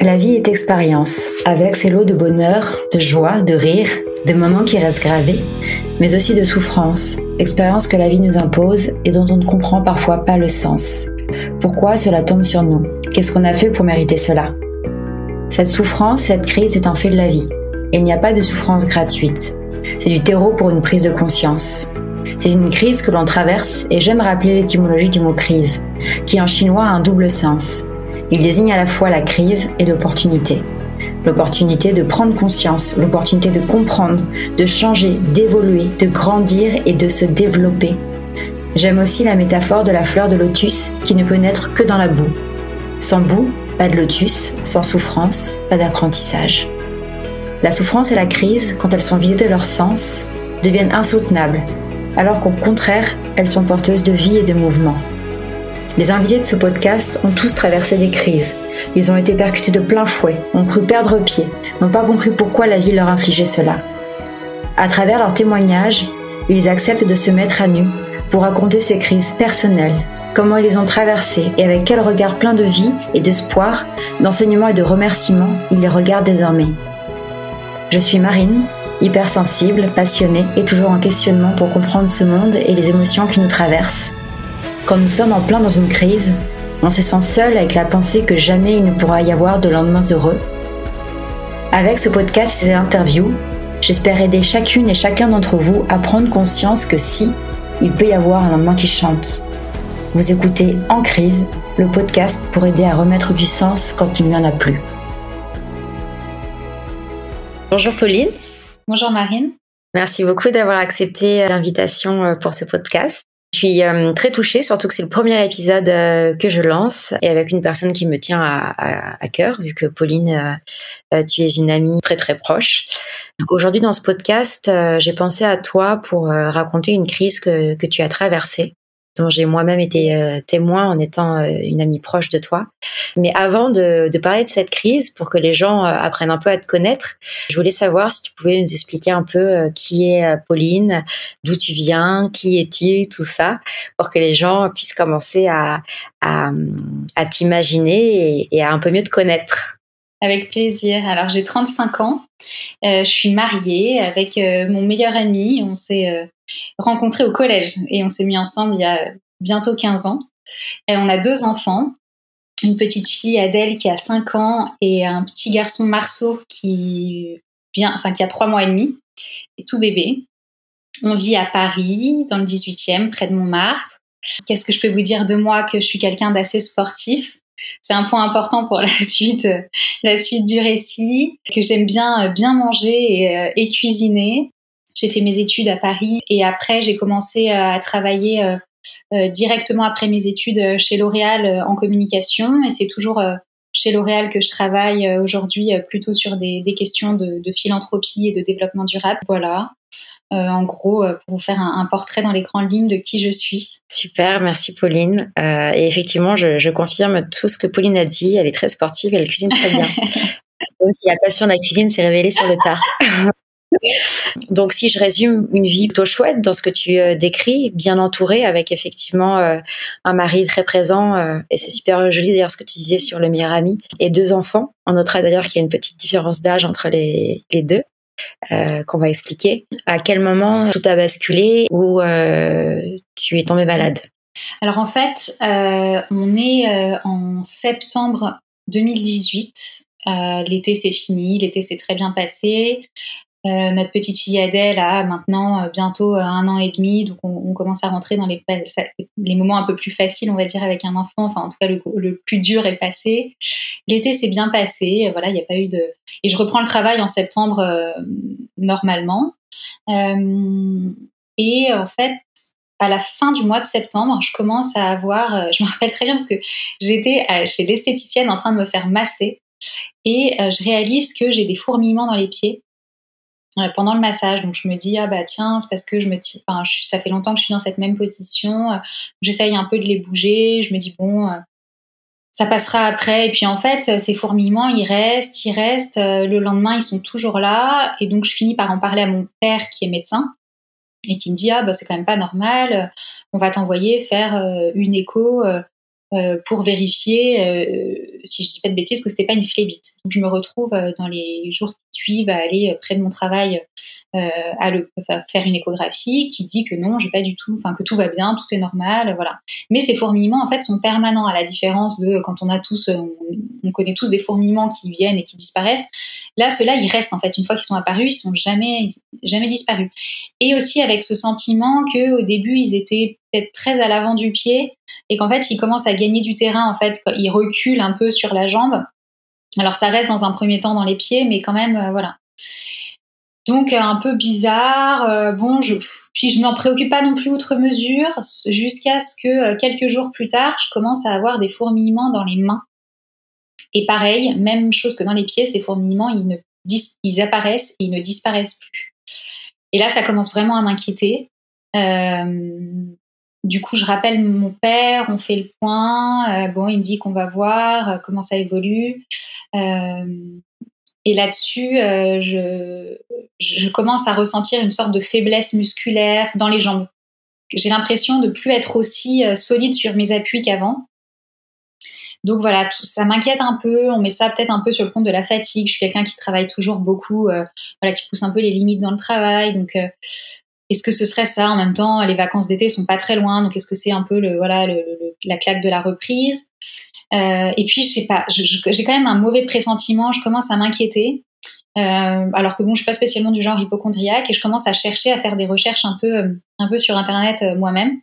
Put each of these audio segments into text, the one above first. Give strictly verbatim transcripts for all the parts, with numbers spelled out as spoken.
La vie est expérience, avec ses lots de bonheur, de joie, de rire, de moments qui restent gravés, mais aussi de souffrance, expérience que la vie nous impose et dont on ne comprend parfois pas le sens. Pourquoi cela tombe sur nous? Qu'est-ce qu'on a fait pour mériter cela? Cette souffrance, cette crise est un fait de la vie. Il n'y a pas de souffrance gratuite. C'est du terreau pour une prise de conscience. C'est une crise que l'on traverse et j'aime rappeler l'étymologie du mot crise, qui en chinois a un double sens. Il désigne à la fois la crise et l'opportunité. L'opportunité de prendre conscience, l'opportunité de comprendre, de changer, d'évoluer, de grandir et de se développer. J'aime aussi la métaphore de la fleur de lotus qui ne peut naître que dans la boue. Sans boue, pas de lotus, sans souffrance, pas d'apprentissage. La souffrance et la crise, quand elles sont vidées de leur sens, deviennent insoutenables, alors qu'au contraire, elles sont porteuses de vie et de mouvement. Les invités de ce podcast ont tous traversé des crises. Ils ont été percutés de plein fouet, ont cru perdre pied, n'ont pas compris pourquoi la vie leur infligeait cela. À travers leurs témoignages, ils acceptent de se mettre à nu pour raconter ces crises personnelles, comment ils les ont traversées et avec quel regard plein de vie et d'espoir, d'enseignement et de remerciements ils les regardent désormais. Je suis Marine, hypersensible, passionnée et toujours en questionnement pour comprendre ce monde et les émotions qui nous traversent. Quand nous sommes en plein dans une crise, on se sent seul avec la pensée que jamais il ne pourra y avoir de lendemains heureux. Avec ce podcast et ces interviews, j'espère aider chacune et chacun d'entre vous à prendre conscience que si, il peut y avoir un lendemain qui chante. Vous écoutez En Crise, le podcast pour aider à remettre du sens quand il n'y en a plus. Bonjour Pauline. Bonjour Marine. Merci beaucoup d'avoir accepté l'invitation pour ce podcast. Je suis euh, très touchée, surtout que c'est le premier épisode euh, que je lance et avec une personne qui me tient à, à, à cœur, vu que Pauline, euh, euh, tu es une amie très très proche. Donc aujourd'hui dans ce podcast, euh, j'ai pensé à toi pour euh, raconter une crise que, que tu as traversée, dont j'ai moi-même été euh, témoin en étant euh, une amie proche de toi. Mais avant de, de parler de cette crise, pour que les gens euh, apprennent un peu à te connaître, je voulais savoir si tu pouvais nous expliquer un peu euh, qui est euh, Pauline, d'où tu viens, qui es-tu, tout ça, pour que les gens puissent commencer à, à, à t'imaginer et, et à un peu mieux te connaître. Avec plaisir. Alors j'ai trente-cinq ans, euh, je suis mariée avec euh, mon meilleur ami, on s'est euh, rencontrés au collège et on s'est mis ensemble il y a bientôt quinze ans. Et on a deux enfants, une petite fille Adèle qui a cinq ans et un petit garçon Marceau qui, vient, enfin, qui a trois mois et demi, c'est tout bébé. On vit à Paris, dans le dix-huitième, près de Montmartre. Qu'est-ce que je peux vous dire de moi? Que je suis quelqu'un d'assez sportif. C'est un point important pour la suite, la suite du récit, que j'aime bien, bien manger et, et cuisiner. J'ai fait mes études à Paris et après j'ai commencé à travailler euh, euh, directement après mes études chez L'Oréal euh, en communication et c'est toujours euh, chez L'Oréal que je travaille euh, aujourd'hui euh, plutôt sur des, des questions de, de philanthropie et de développement durable. Voilà. Euh, en gros, euh, pour vous faire un, un portrait dans les grandes lignes de qui je suis. Super, merci Pauline. Euh, et effectivement, je, je confirme tout ce que Pauline a dit. Elle est très sportive, elle cuisine très bien. Même si la passion de la cuisine s'est révélée sur le tard. Donc, si je résume, une vie plutôt chouette dans ce que tu euh, décris, bien entourée, avec effectivement euh, un mari très présent, euh, et c'est super joli d'ailleurs ce que tu disais sur le meilleur ami, et deux enfants. On notera d'ailleurs qu'il y a une petite différence d'âge entre les, les deux. Euh, qu'on va expliquer. À quel moment tout a basculé ou euh, tu es tombée malade? Alors en fait, euh, on est euh, en septembre deux mille dix-huit. Euh, l'été c'est fini, l'été s'est très bien passé. Euh, notre petite fille Adèle a maintenant euh, bientôt un an et demi, donc on, on commence à rentrer dans les, les moments un peu plus faciles, on va dire, avec un enfant. Enfin, en tout cas, le, le plus dur est passé. L'été s'est bien passé, voilà, il n'y a pas eu de... Et je reprends le travail en septembre euh, normalement. Euh, et en fait, à la fin du mois de septembre, je commence à avoir... Euh, je me rappelle très bien parce que j'étais euh, chez l'esthéticienne en train de me faire masser et euh, je réalise que j'ai des fourmillements dans les pieds pendant le massage. Donc je me dis ah bah tiens, c'est parce que je me tire, enfin je, ça fait longtemps que je suis dans cette même position, euh, j'essaye un peu de les bouger, je me dis bon euh, ça passera après. Et puis en fait ces fourmillements ils restent ils restent euh, le lendemain ils sont toujours là et donc je finis par en parler à mon père qui est médecin et qui me dit ah bah c'est quand même pas normal, on va t'envoyer faire euh, une écho euh, euh, pour vérifier, euh, si je dis pas de bêtises, que c'était pas une phlébite. Donc je me retrouve euh, dans les jours qui suivent à aller près de mon travail euh, à le, enfin, faire une échographie qui dit que non, j'ai pas du tout, enfin que tout va bien, tout est normal, voilà. Mais ces fourmillements en fait sont permanents, à la différence de quand on a tous, on, on connaît tous des fourmillements qui viennent et qui disparaissent. Là, ceux-là, ils restent en fait. Une fois qu'ils sont apparus, ils sont jamais, jamais disparus. Et aussi avec ce sentiment que au début, ils étaient peut-être très à l'avant du pied et qu'en fait, ils commencent à gagner du terrain. En fait, ils reculent un peu sur la jambe. Alors, ça reste dans un premier temps dans les pieds, mais quand même, euh, voilà. Donc, euh, un peu bizarre. Euh, bon, je, puis je m'en préoccupe pas non plus outre mesure, jusqu'à ce que euh, quelques jours plus tard, je commence à avoir des fourmillements dans les mains. Et pareil, même chose que dans les pieds, ces fourmillements, ils, ne dis- ils apparaissent et ils ne disparaissent plus. Et là, ça commence vraiment à m'inquiéter. Euh, du coup, je rappelle mon père, on fait le point. Euh, bon, il me dit qu'on va voir euh, comment ça évolue. Euh, et là-dessus, euh, je, je commence à ressentir une sorte de faiblesse musculaire dans les jambes. J'ai l'impression de plus être aussi euh, solide sur mes appuis qu'avant. Donc voilà, tout, ça m'inquiète un peu. On met ça peut-être un peu sur le compte de la fatigue. Je suis quelqu'un qui travaille toujours beaucoup, euh, voilà, qui pousse un peu les limites dans le travail. Donc, euh, est-ce que ce serait ça? En même temps, les vacances d'été sont pas très loin. Donc, est-ce que c'est un peu le, voilà, le, le, la claque de la reprise? euh, Et puis, je sais pas. Je, je, j'ai quand même un mauvais pressentiment. Je commence à m'inquiéter. Euh, alors que bon, je suis pas spécialement du genre hypocondriaque et je commence à chercher à faire des recherches un peu, euh, un peu sur Internet euh, moi-même.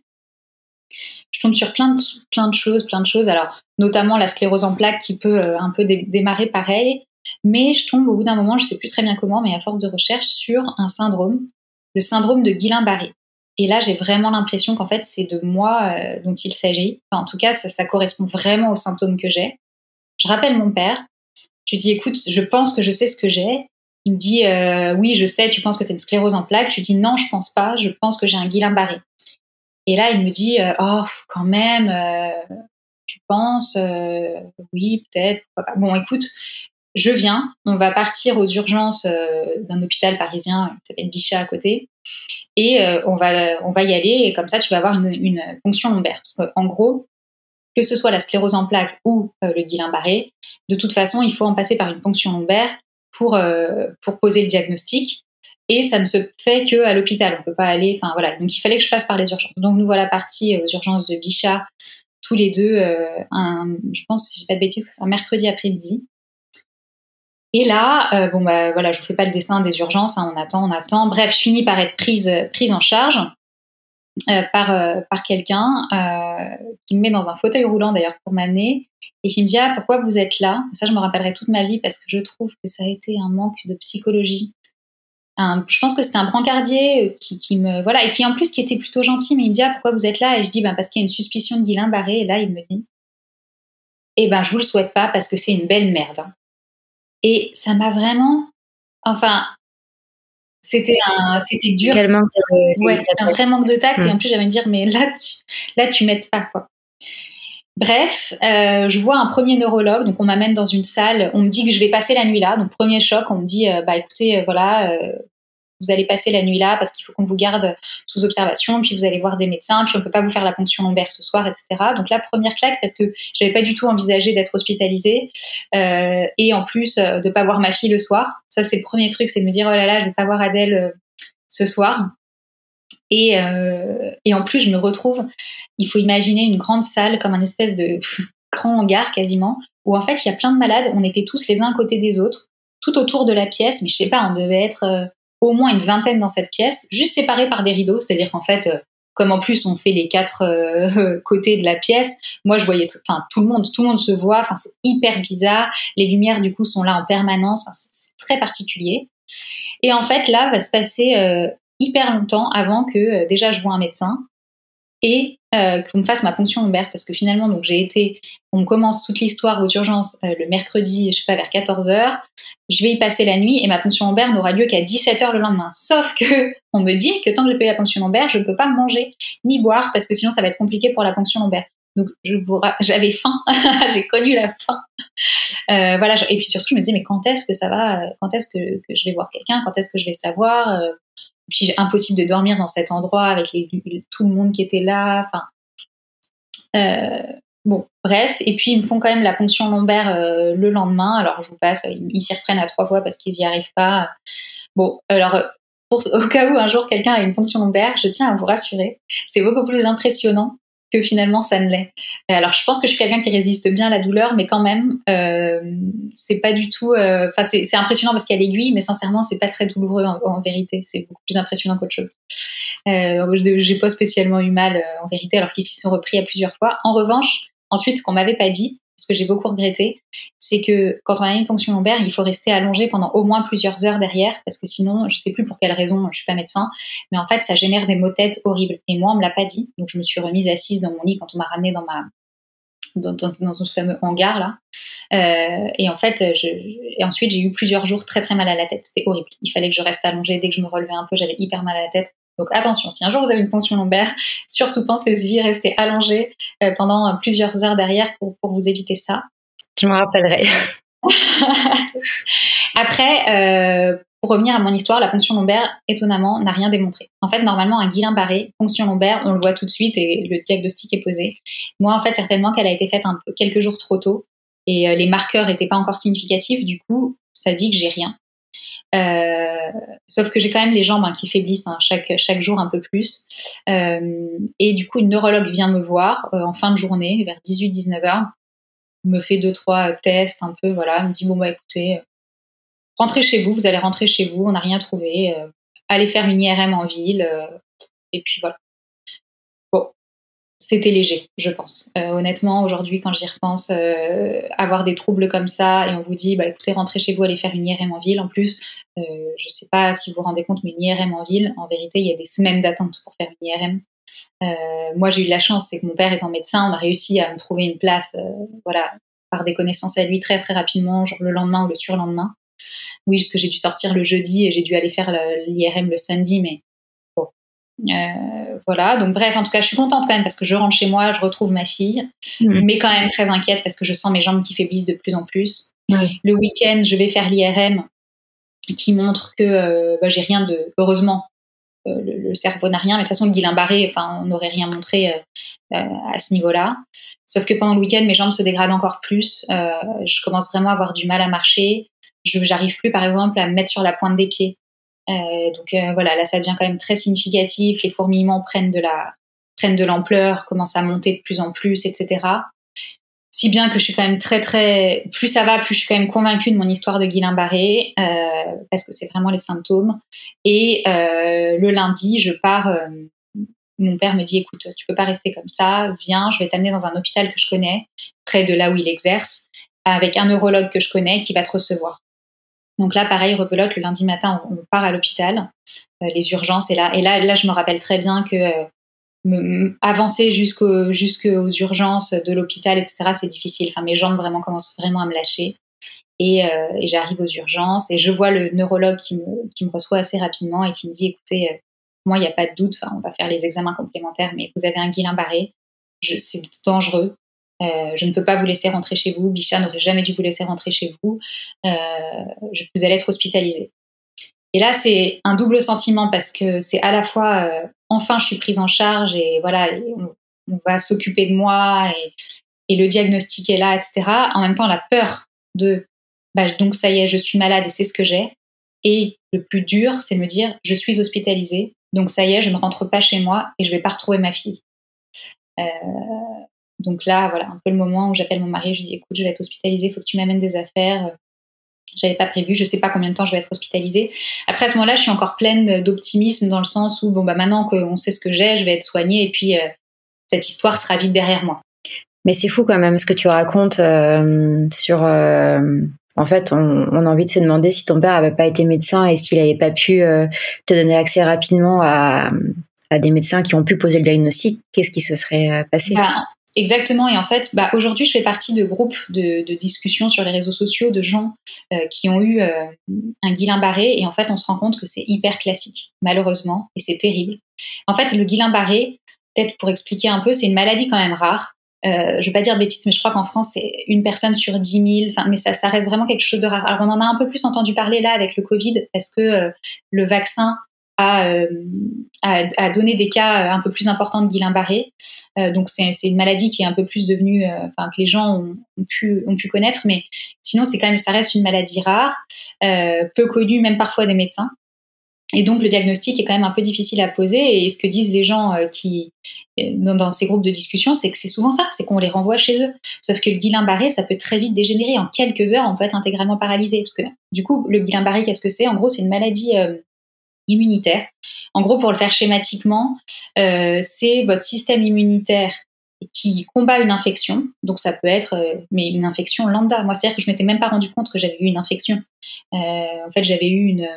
Je tombe sur plein de, plein de choses, plein de choses. Alors, notamment la sclérose en plaques qui peut euh, un peu dé- démarrer pareil. Mais je tombe au bout d'un moment, je sais plus très bien comment, mais à force de recherche, sur un syndrome, le syndrome de Guillain-Barré. Et là, j'ai vraiment l'impression qu'en fait, c'est de moi euh, dont il s'agit. Enfin, en tout cas, ça, ça correspond vraiment aux symptômes que j'ai. Je rappelle mon père. Je lui dis, écoute, je pense que je sais ce que j'ai. Il me dit, euh, oui, je sais, tu penses que tu as une sclérose en plaques. Je lui dis, non, je pense pas, je pense que j'ai un Guillain-Barré. Et là, il me dit, euh, oh, quand même, euh, tu penses, euh, oui, peut-être, pourquoi pas. Bon, écoute, je viens, on va partir aux urgences euh, d'un hôpital parisien qui s'appelle Bichat à côté, et euh, on va, on va y aller, et comme ça, tu vas avoir une, une ponction lombaire. Parce qu'en gros, que ce soit la sclérose en plaques ou euh, le Guillain-Barré, de toute façon, il faut en passer par une ponction lombaire pour, euh, pour poser le diagnostic. Et ça ne se fait qu'à l'hôpital. On peut pas aller, enfin voilà. Donc il fallait que je passe par les urgences. Donc nous voilà partis aux urgences de Bichat, tous les deux, euh, un, je pense, si j'ai pas de bêtises, c'est un mercredi après-midi. Et là, euh, bon bah voilà, je vous fais pas le dessin des urgences, hein, on attend, on attend. Bref, je finis par être prise, prise en charge euh, par, euh, par quelqu'un euh, qui me met dans un fauteuil roulant d'ailleurs pour m'amener et qui me dit ah pourquoi vous êtes là? Ça je me rappellerai toute ma vie parce que je trouve que ça a été un manque de psychologie. Un, je pense que c'était un brancardier qui, qui me voilà et qui en plus qui était plutôt gentil, mais il me dit ah pourquoi vous êtes là? Et je dis ben parce qu'il y a une suspicion de Guillain-Barré. Et là il me dit eh ben je vous le souhaite pas parce que c'est une belle merde. Et ça m'a vraiment, enfin c'était un c'était dur. Quel manque de, ouais, un vrai manque de tact. Mmh. Et en plus j'allais me dire mais là tu là tu m'aides pas quoi. Bref, euh, je vois un premier neurologue, donc on m'amène dans une salle, on me dit que je vais passer la nuit là, donc premier choc, on me dit euh, bah écoutez euh, voilà euh, vous allez passer la nuit là parce qu'il faut qu'on vous garde sous observation, puis vous allez voir des médecins, puis on peut pas vous faire la ponction lombaire ce soir, et cetera. Donc la première claque parce que j'avais pas du tout envisagé d'être hospitalisée euh, et en plus euh, de pas voir ma fille le soir. Ça c'est le premier truc, c'est de me dire oh là là je vais pas voir Adèle euh, ce soir. Et, euh, et en plus je me retrouve, il faut imaginer une grande salle comme un espèce de grand hangar quasiment, où en fait il y a plein de malades, on était tous les uns à côté des autres, tout autour de la pièce, mais je sais pas, on devait être euh, au moins une vingtaine dans cette pièce, juste séparés par des rideaux, c'est-à-dire qu'en fait, euh, comme en plus on fait les quatre euh, côtés de la pièce, moi je voyais, enfin tout le monde, tout le monde se voit, enfin c'est hyper bizarre, les lumières du coup sont là en permanence, enfin c'est, c'est très particulier. Et en fait là va se passer euh, hyper longtemps avant que euh, déjà je vois un médecin et euh, qu'on me fasse ma ponction lombaire parce que finalement donc j'ai été, on commence toute l'histoire aux urgences euh, le mercredi, je sais pas vers quatorze heures, je vais y passer la nuit et ma ponction lombaire n'aura lieu qu'à dix-sept heures le lendemain. Sauf que on me dit que tant que j'ai payé la ponction lombaire, je ne peux pas manger ni boire parce que sinon ça va être compliqué pour la ponction lombaire. Donc je vous ra... j'avais faim, j'ai connu la faim. Euh, voilà, et puis surtout je me disais mais quand est-ce que ça va, quand est-ce que, que je vais voir quelqu'un, quand est-ce que je vais savoir. Euh, Puis impossible de dormir dans cet endroit avec les, tout le monde qui était là. Enfin, euh, Bon, bref, et puis ils me font quand même la ponction lombaire euh, le lendemain. Alors je vous passe, ils, ils s'y reprennent à trois fois parce qu'ils n'y arrivent pas. Bon, alors pour, au cas où un jour quelqu'un a une ponction lombaire, je tiens à vous rassurer, c'est beaucoup plus impressionnant que finalement ça ne l'est. Alors je pense que je suis quelqu'un qui résiste bien à la douleur, mais quand même, euh, c'est pas du tout. Enfin, euh, c'est, c'est impressionnant parce qu'il y a l'aiguille, mais sincèrement, c'est pas très douloureux en, en vérité. C'est beaucoup plus impressionnant qu'autre chose. Euh, j'ai pas spécialement eu mal euh, en vérité, alors qu'ils s'y sont repris à plusieurs fois. En revanche, ensuite, ce qu'on m'avait pas dit, ce que j'ai beaucoup regretté, c'est que quand on a une ponction lombaire, il faut rester allongé pendant au moins plusieurs heures derrière, parce que sinon, je sais plus pour quelle raison, je suis pas médecin, mais en fait, ça génère des maux de tête horribles. Et moi, on me l'a pas dit, donc je me suis remise assise dans mon lit quand on m'a ramenée dans ma dans, dans, dans ce fameux hangar là. Euh, et en fait, je, et ensuite, j'ai eu plusieurs jours très très mal à la tête. C'était horrible. Il fallait que je reste allongée. Dès que je me relevais un peu, j'avais hyper mal à la tête. Donc attention, si un jour vous avez une ponction lombaire, surtout pensez-y, restez allongé euh, pendant plusieurs heures derrière pour, pour vous éviter ça. Je me rappellerai. Après, euh, pour revenir à mon histoire, la ponction lombaire, étonnamment, n'a rien démontré. En fait, normalement, un Guillain-Barré, ponction lombaire, on le voit tout de suite et le diagnostic est posé. Moi, en fait, certainement qu'elle a été faite un peu, quelques jours trop tôt et euh, les marqueurs n'étaient pas encore significatifs. Du coup, ça dit que j'ai rien. Euh, sauf que j'ai quand même les jambes hein, qui faiblissent hein, chaque, chaque jour un peu plus. Euh, et du coup, une neurologue vient me voir euh, en fin de journée, vers dix-huit dix-neuf heures, me fait deux, trois tests un peu, voilà, me dit, bon, bah écoutez, rentrez chez vous, vous allez rentrer chez vous, on n'a rien trouvé, euh, allez faire une I R M en ville, euh, et puis voilà. Bon, c'était léger, je pense. Euh, honnêtement, aujourd'hui, quand j'y repense, euh, avoir des troubles comme ça, et on vous dit, bah écoutez, rentrez chez vous, allez faire une I R M en ville. En plus, euh, je sais pas si vous vous rendez compte, mais une I R M en ville, en vérité, il y a des semaines d'attente pour faire une I R M. Euh, moi, j'ai eu de la chance, c'est que mon père étant médecin, on a réussi à me trouver une place, euh, voilà, par des connaissances à lui très très rapidement, genre le lendemain ou le surlendemain. Oui, parce que j'ai dû sortir le jeudi et j'ai dû aller faire l'I R M le samedi, mais bon. Euh, voilà, donc bref, en tout cas, je suis contente quand même parce que je rentre chez moi, je retrouve ma fille, mmh. mais quand même très inquiète parce que je sens mes jambes qui faiblissent de plus en plus. Oui. Le week-end, je vais faire l'I R M qui montre que euh, bah, j'ai rien de... Heureusement, euh, le, le cerveau n'a rien, mais de toute façon, le Guillain-Barré, enfin, on n'aurait rien montré euh, euh, à ce niveau-là. Sauf que pendant le week-end, mes jambes se dégradent encore plus. Euh, je commence vraiment à avoir du mal à marcher. Je j'arrive plus, par exemple, à me mettre sur la pointe des pieds. Euh, donc euh, voilà, là, ça devient quand même très significatif. Les fourmillements prennent de la prennent de l'ampleur, commencent à monter de plus en plus, et cetera. Si bien que je suis quand même très très, plus ça va, plus je suis quand même convaincue de mon histoire de Guillain-Barré euh, parce que c'est vraiment les symptômes. Et euh, le lundi, je pars. Euh, mon père me dit, écoute, tu peux pas rester comme ça. Viens, je vais t'amener dans un hôpital que je connais, près de là où il exerce, avec un neurologue que je connais qui va te recevoir. Donc là, pareil, rebelote, le lundi matin, on, on part à l'hôpital, euh, les urgences, et là, et là, là, je me rappelle très bien que euh, me, avancer jusqu'aux, jusqu'aux urgences de l'hôpital, et cetera, c'est difficile. Enfin, mes jambes vraiment commencent vraiment à me lâcher. Et, euh, et j'arrive aux urgences et je vois le neurologue qui me, qui me reçoit assez rapidement et qui me dit, écoutez, euh, moi, il n'y a pas de doute, enfin, on va faire les examens complémentaires, mais vous avez un Guillain-Barré, je, c'est dangereux. Euh, je ne peux pas vous laisser rentrer chez vous. Bichat n'aurait jamais dû vous laisser rentrer chez vous. Euh, je, vous allez être hospitalisé. Et là, c'est un double sentiment parce que c'est à la fois, euh, enfin, je suis prise en charge et voilà, et on, on va s'occuper de moi et, et le diagnostic est là, et cetera. En même temps, la peur de, bah, donc ça y est, je suis malade et c'est ce que j'ai. Et le plus dur, c'est de me dire, je suis hospitalisée, donc ça y est, je ne rentre pas chez moi et je vais pas retrouver ma fille. Euh, Donc là, voilà, un peu le moment où j'appelle mon mari, je lui dis, écoute, je vais être hospitalisée, il faut que tu m'amènes des affaires. J'avais pas prévu, je sais pas combien de temps je vais être hospitalisée. Après, à ce moment-là, je suis encore pleine d'optimisme dans le sens où, bon, bah, maintenant qu'on sait ce que j'ai, je vais être soignée et puis euh, cette histoire sera vite derrière moi. Mais c'est fou quand même ce que tu racontes euh, sur... Euh, en fait, on, on a envie de se demander si ton père avait pas été médecin et s'il avait pas pu euh, te donner accès rapidement à, à des médecins qui ont pu poser le diagnostic, qu'est-ce qui se serait passé ? Bah, exactement. Et en fait, bah, aujourd'hui, je fais partie de groupes de, de discussions sur les réseaux sociaux de gens euh, qui ont eu euh, un Guillain-Barré. Et en fait, on se rend compte que c'est hyper classique, malheureusement, et c'est terrible. En fait, le Guillain-Barré, peut-être pour expliquer un peu, c'est une maladie quand même rare. Euh, je vais pas dire de bêtises, mais je crois qu'en France, c'est une personne sur dix mille. Enfin, mais ça, ça reste vraiment quelque chose de rare. Alors, on en a un peu plus entendu parler là avec le Covid, parce que euh, le vaccin à, euh, à, à donner des cas un peu plus importants de Guillain-Barré. Euh, donc c'est, c'est une maladie qui est un peu plus devenue, euh, enfin que les gens ont, ont pu ont pu connaître, mais sinon c'est quand même ça reste une maladie rare, euh, peu connue même parfois des médecins. Et donc le diagnostic est quand même un peu difficile à poser. Et ce que disent les gens euh, qui dans, dans ces groupes de discussion, c'est que c'est souvent ça, c'est qu'on les renvoie chez eux. Sauf que le Guillain-Barré, ça peut très vite dégénérer. En quelques heures, on peut être intégralement paralysé. Parce que du coup, le Guillain-Barré, qu'est-ce que c'est ? En gros, c'est une maladie euh, immunitaire. En gros, pour le faire schématiquement, euh, c'est votre système immunitaire qui combat une infection. Donc ça peut être euh, mais une infection lambda. Moi, c'est-à-dire que je m'étais même pas rendu compte que j'avais eu une infection. Euh, en fait, j'avais eu une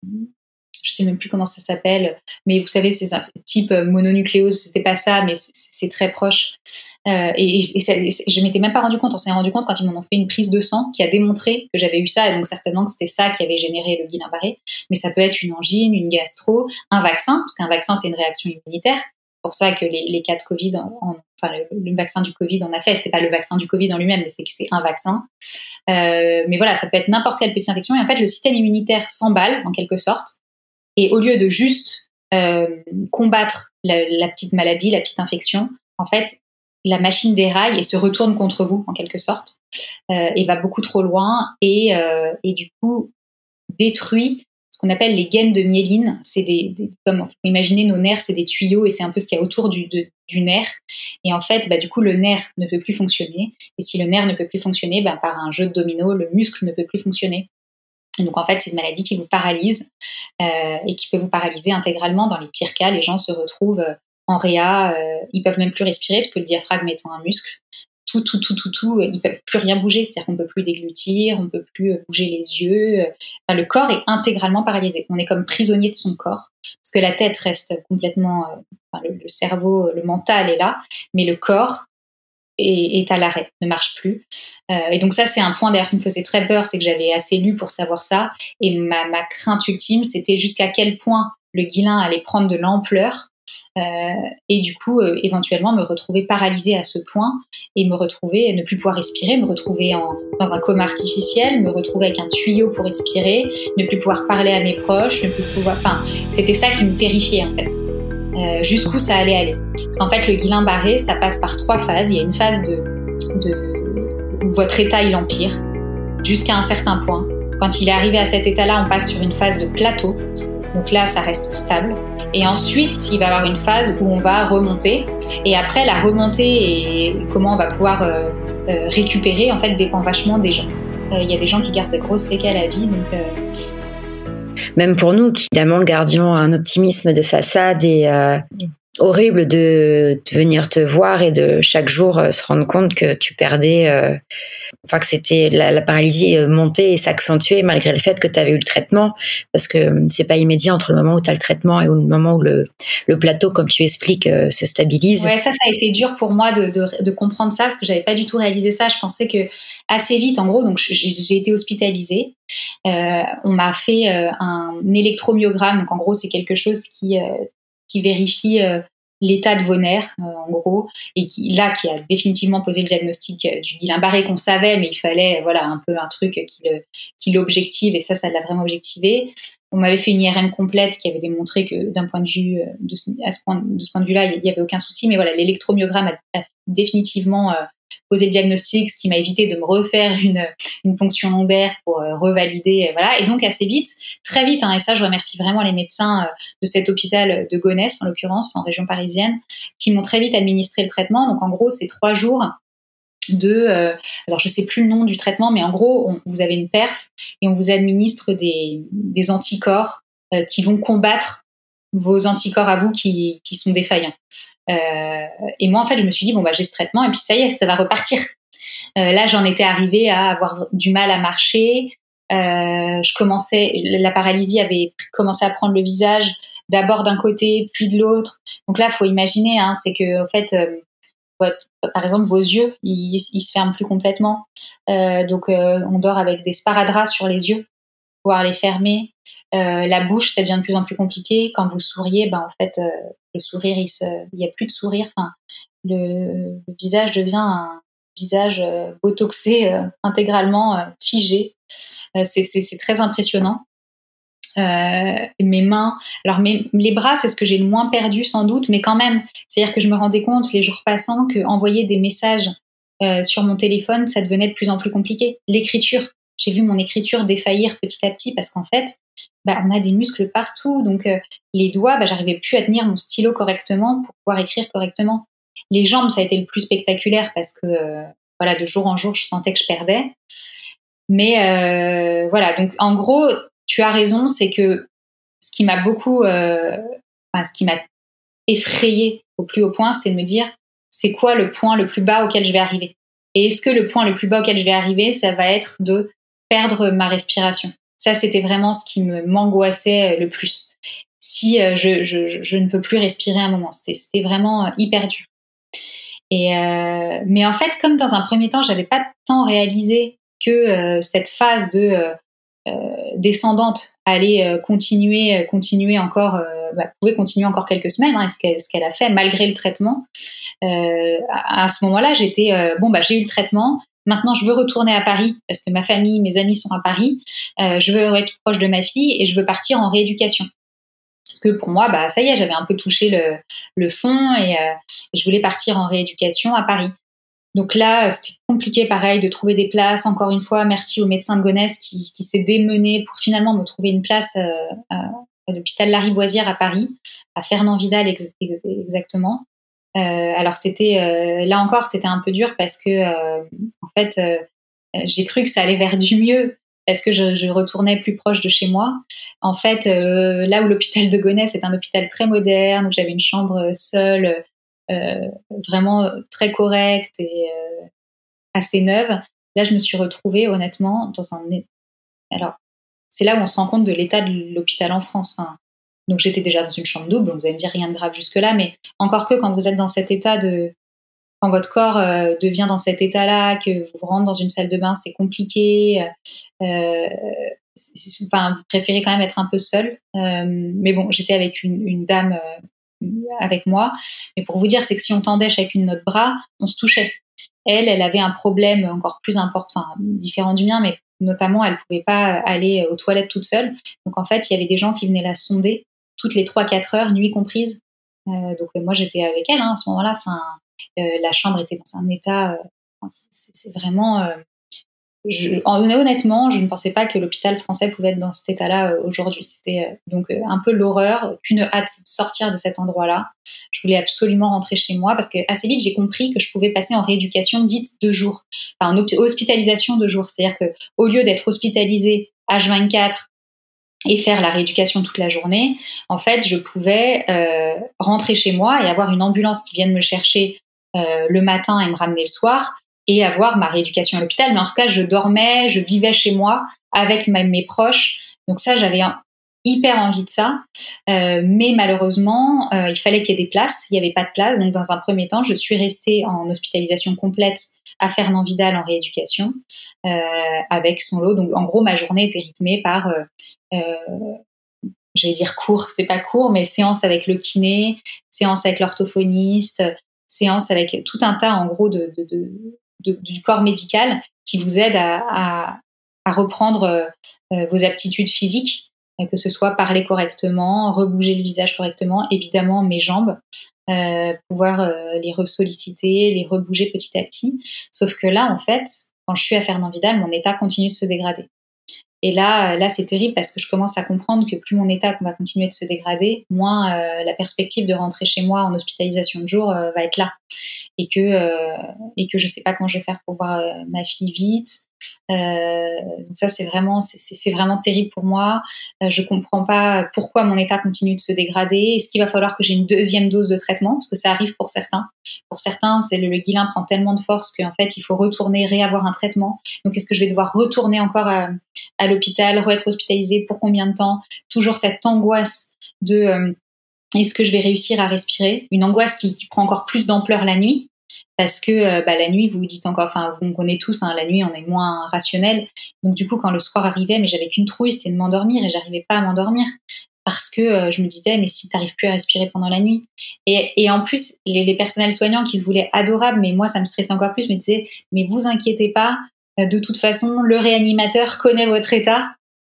je sais même plus comment ça s'appelle, mais vous savez, c'est un type mononucléose, c'était pas ça, mais c'est, c'est très proche. Euh, et et, ça, et je m'étais même pas rendu compte, on s'est rendu compte quand ils m'en ont fait une prise de sang qui a démontré que j'avais eu ça, et donc certainement que c'était ça qui avait généré le Guillain-Barré. Mais ça peut être une angine, une gastro, un vaccin, parce qu'un vaccin, c'est une réaction immunitaire. C'est pour ça que les, les cas de Covid, en, en, enfin le, le vaccin du Covid en a fait, c'était pas le vaccin du Covid en lui-même, mais c'est que c'est un vaccin. Euh, mais voilà, ça peut être n'importe quelle petite infection, et en fait, le système immunitaire s'emballe, en quelque sorte. Et au lieu de juste euh, combattre la, la petite maladie, la petite infection, en fait, la machine déraille et se retourne contre vous, en quelque sorte, euh, et va beaucoup trop loin et, euh, et du coup détruit ce qu'on appelle les gaines de myéline. C'est des, des comme vous imaginez nos nerfs, c'est des tuyaux et c'est un peu ce qu'il y a autour du, de, du nerf. Et en fait, bah, du coup, le nerf ne peut plus fonctionner. Et si le nerf ne peut plus fonctionner, bah, par un jeu de domino, le muscle ne peut plus fonctionner. Donc en fait, c'est une maladie qui vous paralyse euh, et qui peut vous paralyser intégralement. Dans les pires cas, les gens se retrouvent en réa, euh, ils peuvent même plus respirer parce que le diaphragme étant un muscle, tout, tout, tout, tout, tout, ils peuvent plus rien bouger. C'est-à-dire qu'on peut plus déglutir, on peut plus bouger les yeux. Enfin, le corps est intégralement paralysé. On est comme prisonnier de son corps parce que la tête reste complètement, euh, enfin, le, le cerveau, le mental est là, mais le corps est, est à l'arrêt, ne marche plus. Euh, et donc ça, c'est un point d'ailleurs qui me faisait très peur, c'est que j'avais assez lu pour savoir ça. Et ma, ma crainte ultime, c'était jusqu'à quel point le Guillain allait prendre de l'ampleur euh, et du coup, euh, éventuellement, me retrouver paralysée à ce point et me retrouver, ne plus pouvoir respirer, me retrouver en, dans un coma artificiel, me retrouver avec un tuyau pour respirer, ne plus pouvoir parler à mes proches, ne plus pouvoir... Enfin, c'était ça qui me terrifiait en fait. Euh, jusqu'où ça allait aller. Parce qu'en fait, le Guillain-Barré, ça passe par trois phases. Il y a une phase de, de où votre état il empire jusqu'à un certain point. Quand il est arrivé à cet état-là, on passe sur une phase de plateau. Donc là, ça reste stable. Et ensuite, il va y avoir une phase où on va remonter. Et après, la remontée et comment on va pouvoir euh, euh, récupérer, en fait, dépend vachement des gens. Il euh, y a des gens qui gardent de grosses séquelles à vie, donc... Euh, Même pour nous, qui évidemment gardions un optimisme de façade et euh, horrible de, de venir te voir et de chaque jour euh, se rendre compte que tu perdais, euh, enfin que c'était la, la paralysie montait et s'accentuait malgré le fait que tu avais eu le traitement, parce que c'est pas immédiat entre le moment où tu as le traitement et le moment où le, le plateau, comme tu expliques, euh, se stabilise. Ouais, ça, ça a été dur pour moi de, de, de comprendre ça, parce que j'avais pas du tout réalisé ça. Je pensais que assez vite, en gros, donc j'ai, j'ai été hospitalisée. Euh, on m'a fait euh, un électromyogramme, donc en gros, c'est quelque chose qui euh, qui vérifie euh, l'état de vos nerfs, euh, en gros, et qui là, qui a définitivement posé le diagnostic euh, du Guillain-Barré qu'on savait, mais il fallait, voilà, un peu un truc qui le qui l'objective, et ça, ça l'a vraiment objectivé. On m'avait fait une I R M complète qui avait démontré que d'un point de vue de ce, à ce point, de ce point de vue-là, il n'y avait aucun souci. Mais voilà, l'électromyogramme a, a définitivement euh, posé le diagnostic, ce qui m'a évité de me refaire une, une ponction lombaire pour euh, revalider. Et voilà. Et donc assez vite, très vite, hein, et ça, je remercie vraiment les médecins euh, de cet hôpital de Gonesse, en l'occurrence, en région parisienne, qui m'ont très vite administré le traitement. Donc en gros, c'est trois jours de, euh, alors je sais plus le nom du traitement, mais en gros, on, vous avez une perf et on vous administre des, des anticorps euh, qui vont combattre vos anticorps à vous qui, qui sont défaillants. Euh, et moi, en fait, je me suis dit, bon, bah, j'ai ce traitement et puis ça y est, ça va repartir. Euh, là, j'en étais arrivée à avoir du mal à marcher. Euh, je commençais, la paralysie avait commencé à prendre le visage d'abord d'un côté, puis de l'autre. Donc là, faut imaginer, hein, c'est que, en fait, euh, votre, par exemple, vos yeux, ils, ils se ferment plus complètement. Euh, donc, euh, on dort avec des sparadraps sur les yeux, pour pouvoir les fermer. Euh, la bouche, ça devient de plus en plus compliqué. Quand vous souriez, ben en fait, euh, le sourire, il se, il y a plus de sourire. Enfin, le, le visage devient un visage euh, botoxé, euh, intégralement euh, figé. Euh, c'est, c'est, c'est très impressionnant. Euh, mes mains, alors mes, les bras, c'est ce que j'ai le moins perdu sans doute, mais quand même, c'est-à-dire que je me rendais compte les jours passants que envoyer des messages euh, sur mon téléphone, ça devenait de plus en plus compliqué. L'écriture, j'ai vu mon écriture défaillir petit à petit parce qu'en fait, bah, on a des muscles partout, donc euh, les doigts, bah, j'arrivais plus à tenir mon stylo correctement pour pouvoir écrire correctement. Les jambes, ça a été le plus spectaculaire parce que euh, voilà, de jour en jour, je sentais que je perdais. Mais euh, voilà, donc en gros, tu as raison, c'est que ce qui m'a beaucoup, euh, enfin, ce qui m'a effrayée au plus haut point, c'est de me dire, c'est quoi le point le plus bas auquel je vais arriver? Et est-ce que le point le plus bas auquel je vais arriver, ça va être de perdre ma respiration? Ça, c'était vraiment ce qui me m'angoissait le plus. Si euh, je, je, je, je ne peux plus respirer un moment, c'était, c'était vraiment hyper dur. Et euh, mais en fait, comme dans un premier temps, j'avais pas tant réalisé que euh, cette phase de euh, euh, descendante allait euh, continuer, continuer encore, euh, bah, pouvait continuer encore quelques semaines, hein, ce qu'elle, ce qu'elle a fait malgré le traitement. Euh, à, à ce moment-là, j'étais euh, bon, bah j'ai eu le traitement. Maintenant, je veux retourner à Paris parce que ma famille, mes amis sont à Paris. Euh, je veux être proche de ma fille et je veux partir en rééducation. Parce que pour moi, bah ça y est, j'avais un peu touché le, le fond et euh, je voulais partir en rééducation à Paris. Donc là, c'était compliqué, pareil, de trouver des places. Encore une fois, merci au médecin de Gonesse qui, qui s'est démené pour finalement me trouver une place euh, à, à l'hôpital Lariboisière à Paris, à Fernand-Vidal ex- ex- exactement. Euh, alors c'était euh, là encore, c'était un peu dur parce que euh, en fait, euh, j'ai cru que ça allait vers du mieux parce que je, je retournais plus proche de chez moi. En fait, euh, là où l'hôpital de Gonesse est un hôpital très moderne, où j'avais une chambre seule, euh, vraiment très correcte et euh, assez neuve, là, je me suis retrouvée honnêtement dans un... Alors, c'est là où on se rend compte de l'état de l'hôpital en France. Enfin, donc, j'étais déjà dans une chambre double, vous allez me dire rien de grave jusque-là, mais encore que quand vous êtes dans cet état de... Quand votre corps euh, devient dans cet état-là, que vous rentrez dans une salle de bain, c'est compliqué. Euh, c'est, c'est, enfin, vous préférez quand même être un peu seul. Euh, mais bon, j'étais avec une, une dame euh, avec moi. Mais pour vous dire, c'est que si on tendait chacune notre bras, on se touchait. Elle, elle avait un problème encore plus important, enfin, différent du mien, mais notamment, elle pouvait pas aller aux toilettes toute seule. Donc en fait, il y avait des gens qui venaient la sonder toutes les trois quatre heures, nuit comprise. Euh, donc euh, moi, j'étais avec elle hein, à ce moment-là. Enfin, euh, la chambre était dans un état, euh, c'est, c'est vraiment. Euh, je, honnêtement, je ne pensais pas que l'hôpital français pouvait être dans cet état-là euh, aujourd'hui. C'était euh, donc euh, un peu l'horreur, qu'une hâte de sortir de cet endroit-là. Je voulais absolument rentrer chez moi parce que assez vite j'ai compris que je pouvais passer en rééducation dite de jour, enfin en hospitalisation de jour. C'est-à-dire que au lieu d'être hospitalisée H vingt-quatre et faire la rééducation toute la journée, en fait, je pouvais euh, rentrer chez moi et avoir une ambulance qui vienne me chercher euh, le matin et me ramener le soir et avoir ma rééducation à l'hôpital. Mais en tout cas, je dormais, je vivais chez moi avec ma, mes proches. Donc ça, j'avais un, hyper envie de ça. Euh, mais malheureusement, euh, il fallait qu'il y ait des places. Il n'y avait pas de place. Donc dans un premier temps, je suis restée en hospitalisation complète à Fernand-Vidal en rééducation euh, avec son lot. Donc en gros, ma journée était rythmée par... Euh, euh, j'allais dire cours, c'est pas court, mais séance avec le kiné, séance avec l'orthophoniste, séance avec tout un tas en gros de, de, de, de du corps médical qui vous aide à, à, à reprendre euh, vos aptitudes physiques, que ce soit parler correctement, rebouger le visage correctement, évidemment mes jambes, euh, pouvoir euh, les ressolliciter, les rebouger petit à petit. Sauf que là, en fait, quand je suis à Fernand-Vidal, mon état continue de se dégrader. Et là, là, c'est terrible parce que je commence à comprendre que plus mon état va continuer de se dégrader, moins euh, la perspective de rentrer chez moi en hospitalisation de jour euh, va être là. Et que, euh, et que je sais pas comment je vais faire pour voir euh, ma fille vite. Euh, donc ça, c'est vraiment, c'est, c'est vraiment terrible pour moi. Euh, je comprends pas pourquoi mon état continue de se dégrader. Est-ce qu'il va falloir que j'ai une deuxième dose de traitement? Parce que ça arrive pour certains. Pour certains, c'est le, le guillain prend tellement de force qu'en fait, il faut retourner, réavoir un traitement. Donc, est-ce que je vais devoir retourner encore à, à l'hôpital, re-être hospitalisée? Pour combien de temps? Toujours cette angoisse de euh, est-ce que je vais réussir à respirer? Une angoisse qui, qui prend encore plus d'ampleur la nuit. Parce que euh, bah, la nuit, vous vous dites encore, enfin, vous me connaissez tous, hein, la nuit, on est moins rationnel. Donc du coup, quand le soir arrivait, mais j'avais qu'une trouille, c'était de m'endormir et j'arrivais pas à m'endormir parce que euh, je me disais, mais si t'arrives plus à respirer pendant la nuit. Et, et en plus, les, les personnels soignants qui se voulaient adorables, mais moi, ça me stressait encore plus, me disaient, mais vous inquiétez pas, de toute façon, le réanimateur connaît votre état.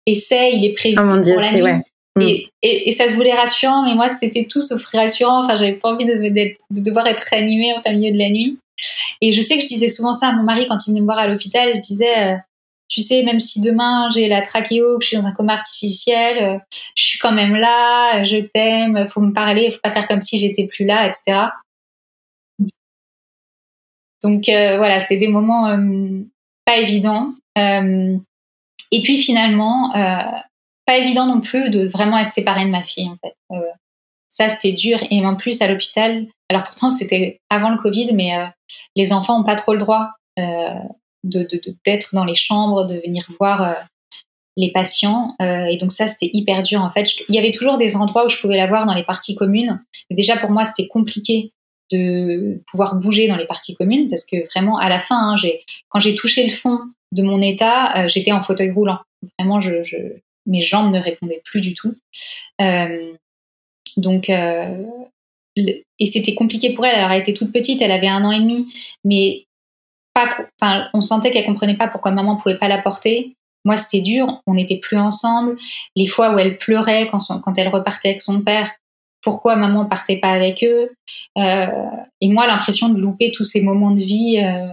essaie, il est prévu oh mon Dieu, pour la c'est nuit. Ouais. Et, et, et ça se voulait rassurant, mais moi, c'était tout sauf rassurant. Enfin, j'avais pas envie de, de devoir être réanimée en plein milieu de la nuit. Et je sais que je disais souvent ça à mon mari quand il venait me voir à l'hôpital. Je disais, euh, tu sais, même si demain j'ai la trachéo, que je suis dans un coma artificiel, euh, je suis quand même là, je t'aime, faut me parler, faut pas faire comme si j'étais plus là, et cetera. Donc euh, voilà, c'était des moments euh, pas évidents. Euh, et puis finalement, euh, pas évident non plus de vraiment être séparée de ma fille, en fait. Euh, ça, c'était dur. Et en plus, à l'hôpital, alors pourtant, c'était avant le Covid, mais euh, les enfants n'ont pas trop le droit euh, de, de, de, d'être dans les chambres, de venir voir euh, les patients. Euh, et donc ça, c'était hyper dur, en fait. Je, il y avait toujours des endroits où je pouvais la voir dans les parties communes. Et déjà, pour moi, c'était compliqué de pouvoir bouger dans les parties communes parce que vraiment, à la fin, hein, j'ai, quand j'ai touché le fond de mon état, euh, j'étais en fauteuil roulant. Vraiment, je, je, mes jambes ne répondaient plus du tout. Euh, donc, euh, le, et c'était compliqué pour elle. Alors, elle était toute petite, elle avait un an et demi, mais pas, enfin, on sentait qu'elle comprenait pas pourquoi maman pouvait pas la porter. Moi, c'était dur. On n'était plus ensemble. Les fois où elle pleurait quand, son, quand elle repartait avec son père, pourquoi maman partait pas avec eux. Euh, et moi, l'impression de louper tous ces moments de vie euh,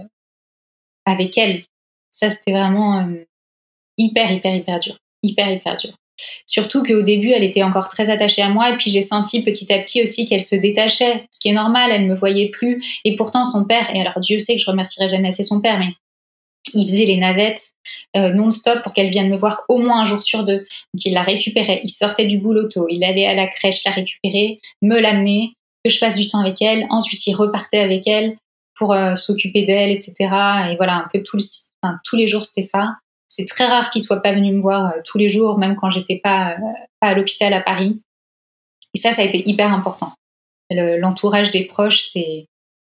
avec elle. Ça, c'était vraiment euh, hyper, hyper, hyper dur. Hyper, hyper dur. Surtout qu'au début, elle était encore très attachée à moi. Et puis, j'ai senti petit à petit aussi qu'elle se détachait. Ce qui est normal, elle ne me voyait plus. Et pourtant, son père, et alors Dieu sait que je remercierai jamais assez son père, mais il faisait les navettes euh, non-stop pour qu'elle vienne me voir au moins un jour sur deux. Donc, il la récupérait. Il sortait du boulot tôt. Il allait à la crèche la récupérer, me l'amener, que je passe du temps avec elle. Ensuite, il repartait avec elle pour euh, s'occuper d'elle, et cetera. Et voilà, un peu tout le, enfin, tous les jours, c'était ça. C'est très rare qu'il soit pas venu me voir euh, tous les jours, même quand j'étais pas, euh, pas à l'hôpital à Paris. Et ça, ça a été hyper important. Le, l'entourage des proches, c'est,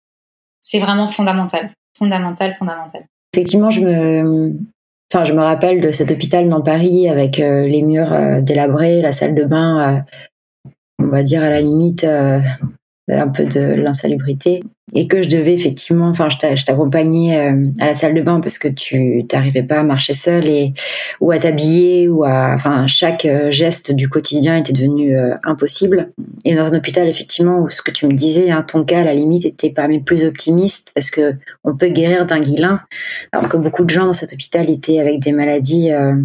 c'est vraiment fondamental. Fondamental, fondamental. Effectivement, je me, enfin, je me rappelle de cet hôpital dans Paris avec euh, les murs euh, délabrés, la salle de bain, euh, on va dire à la limite euh, un peu de l'insalubrité, et que je devais effectivement, enfin, je t'accompagnais euh, à la salle de bain parce que tu t'arrivais pas à marcher seule et ou à t'habiller ou à, enfin, chaque geste du quotidien était devenu euh, impossible. Et dans un hôpital, effectivement, où ce que tu me disais, hein, ton cas à la limite était parmi le plus optimiste parce que on peut guérir d'un guillain, alors que beaucoup de gens dans cet hôpital étaient avec des maladies euh,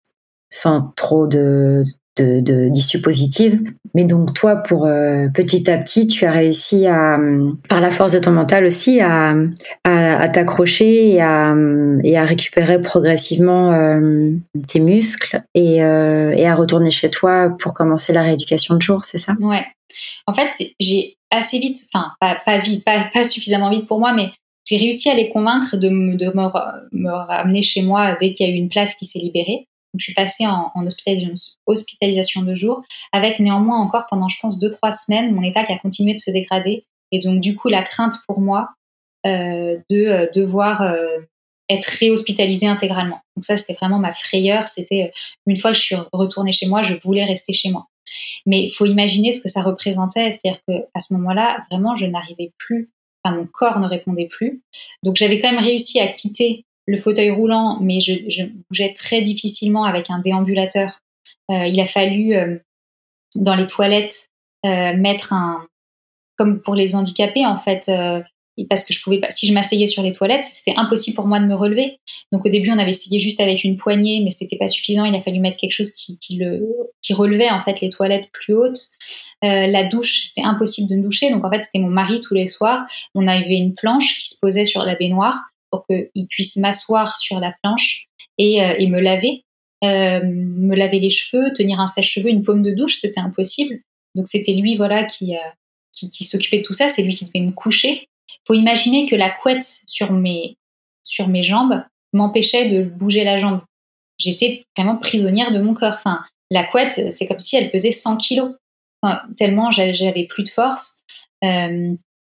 sans trop de De, de, d'issues positives. Mais donc toi, pour euh, petit à petit, tu as réussi à, par la force de ton mental aussi, à, à, à t'accrocher et à, et à récupérer progressivement euh, tes muscles et, euh, et à retourner chez toi pour commencer la rééducation de jour, c'est ça? Ouais. En fait, j'ai assez vite, enfin pas, pas vite, pas, pas suffisamment vite pour moi, mais j'ai réussi à les convaincre de, me, de me, me ramener chez moi dès qu'il y a eu une place qui s'est libérée. Donc, je suis passée en, en hospitalisation, hospitalisation de jour, avec néanmoins encore pendant, je pense, deux, trois semaines, mon état qui a continué de se dégrader. Et donc, du coup, la crainte pour moi euh, de euh, devoir euh, être réhospitalisée intégralement. Donc ça, c'était vraiment ma frayeur. C'était, euh, une fois que je suis retournée chez moi, je voulais rester chez moi. Mais il faut imaginer ce que ça représentait. C'est-à-dire qu'à ce moment-là, vraiment, je n'arrivais plus, enfin, mon corps ne répondait plus. Donc, j'avais quand même réussi à quitter le fauteuil roulant, mais je, je bougeais très difficilement avec un déambulateur. Euh, il a fallu, euh, dans les toilettes, euh, mettre un, comme pour les handicapés, en fait, euh, parce que je pouvais pas, si je m'asseyais sur les toilettes, c'était impossible pour moi de me relever. Donc au début, on avait essayé juste avec une poignée, mais c'était pas suffisant. Il a fallu mettre quelque chose qui, qui le, qui relevait, en fait, les toilettes plus hautes. Euh, la douche, c'était impossible de me doucher. Donc en fait, c'était mon mari tous les soirs. On avait une planche qui se posait sur la baignoire pour qu'il puisse m'asseoir sur la planche et, euh, et me laver, euh, me laver les cheveux, tenir un sèche-cheveux, une paume de douche, c'était impossible. Donc c'était lui, voilà, qui, euh, qui, qui s'occupait de tout ça. C'est lui qui devait me coucher. Faut imaginer que la couette sur mes, sur mes jambes m'empêchait de bouger la jambe. J'étais vraiment prisonnière de mon corps. Enfin, la couette, c'est comme si elle pesait cent kilos. Enfin, tellement j'avais plus de force. Euh,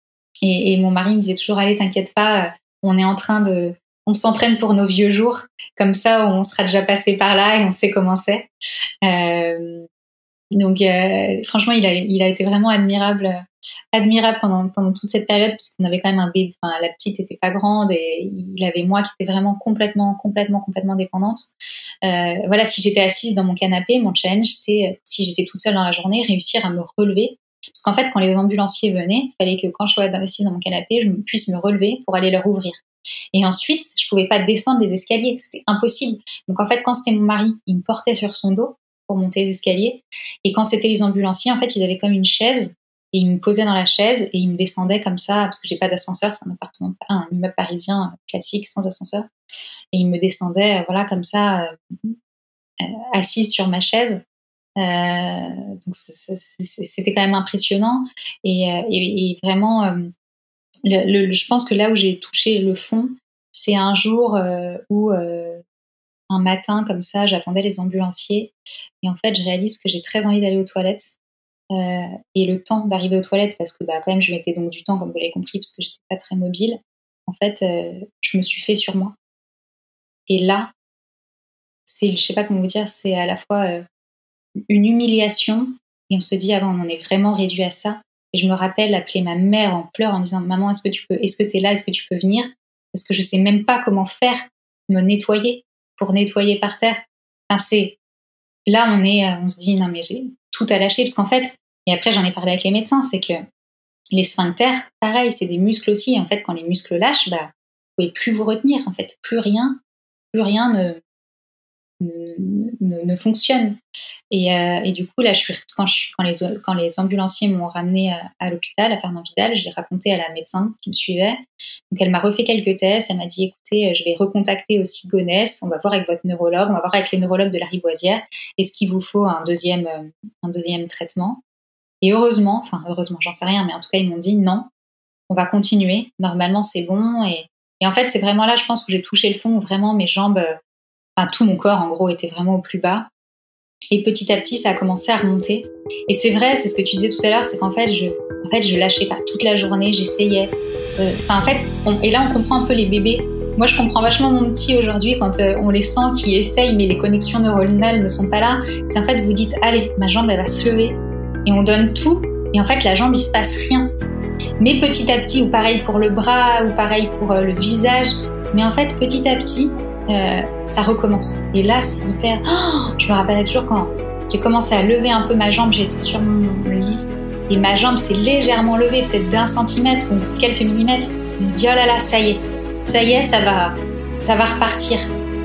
et, et mon mari me disait toujours, allez, t'inquiète pas, on est en train de, on s'entraîne pour nos vieux jours. Comme ça, on sera déjà passé par là et on sait comment c'est. Euh, donc, euh, franchement, il a, il a été vraiment admirable admirable pendant pendant toute cette période parce qu'on avait quand même un bébé. Enfin, la petite était pas grande et il avait moi qui était vraiment complètement, complètement, complètement dépendante. Euh, voilà, si j'étais assise dans mon canapé, mon challenge c'était, si j'étais toute seule dans la journée, réussir à me relever. Parce qu'en fait, quand les ambulanciers venaient, il fallait que quand je sois assise dans mon canapé, je puisse me relever pour aller leur ouvrir. Et ensuite, je pouvais pas descendre les escaliers, c'était impossible. Donc en fait, quand c'était mon mari, il me portait sur son dos pour monter les escaliers. Et quand c'était les ambulanciers, en fait, ils avaient comme une chaise et ils me posaient dans la chaise et ils me descendaient comme ça parce que j'ai pas d'ascenseur, c'est un appartement, un immeuble parisien classique sans ascenseur. Et ils me descendaient, voilà, comme ça, euh, euh, assise sur ma chaise. Euh, donc c'était quand même impressionnant et, euh, et, et vraiment. Euh, Le, le, je pense que là où j'ai touché le fond, c'est un jour euh, où, euh, un matin comme ça, j'attendais les ambulanciers et en fait, je réalise que j'ai très envie d'aller aux toilettes euh, et le temps d'arriver aux toilettes, parce que bah, quand même, je mettais donc du temps, comme vous l'avez compris, parce que j'étais pas très mobile. En fait, euh, je me suis fait sur moi. Et là, c'est, je sais pas comment vous dire, c'est à la fois euh, une humiliation et on se dit, ah ben, on en est vraiment réduit à ça. Et je me rappelle appeler ma mère en pleurs en disant, maman, est-ce que tu peux, est-ce que t'es là, est-ce que tu peux venir? Parce que je sais même pas comment faire, me nettoyer, pour nettoyer par terre. Enfin, c'est, là, on est, on se dit, non, mais j'ai tout à lâcher, parce qu'en fait, et après, j'en ai parlé avec les médecins, c'est que les sphincters, pareil, c'est des muscles aussi. Et en fait, quand les muscles lâchent, bah, vous pouvez plus vous retenir, en fait, plus rien, plus rien ne, Ne, ne, ne fonctionne. Et, euh, et du coup, là, je suis, quand, je suis, quand, les, quand les ambulanciers m'ont ramenée à, à l'hôpital, à Fernand Vidal, je l'ai raconté à la médecin qui me suivait. Donc, elle m'a refait quelques tests. Elle m'a dit, écoutez, je vais recontacter aussi Gonesse. On va voir avec votre neurologue. On va voir avec les neurologues de la Riboisière. Est-ce qu'il vous faut un deuxième, un deuxième traitement? Et heureusement, enfin, heureusement, j'en sais rien, mais en tout cas, ils m'ont dit non, on va continuer. Normalement, c'est bon. Et, et en fait, c'est vraiment là, je pense, où j'ai touché le fond, où vraiment mes jambes, enfin, tout mon corps, en gros, était vraiment au plus bas. Et petit à petit, ça a commencé à remonter. Et c'est vrai, c'est ce que tu disais tout à l'heure, c'est qu'en fait, je, en fait, je lâchais pas. Toute la journée, j'essayais. Euh, enfin, en fait, on, et là, on comprend un peu les bébés. Moi, je comprends vachement mon petit aujourd'hui quand euh, on les sent qui essayent, mais les connexions neuronales ne sont pas là. C'est en fait, vous dites, allez, ma jambe, elle va se lever. Et on donne tout. Et en fait, la jambe, il se passe rien. Mais petit à petit, ou pareil pour le bras, ou pareil pour euh, le visage. Mais en fait, petit à petit, Euh, ça recommence. Et là, c'est hyper... Oh, je me rappelle toujours quand j'ai commencé à lever un peu ma jambe, j'étais sur mon lit, et ma jambe s'est légèrement levée, peut-être d'un centimètre ou quelques millimètres. Je me dis, oh là là, ça y est, ça y est, ça va, ça va repartir.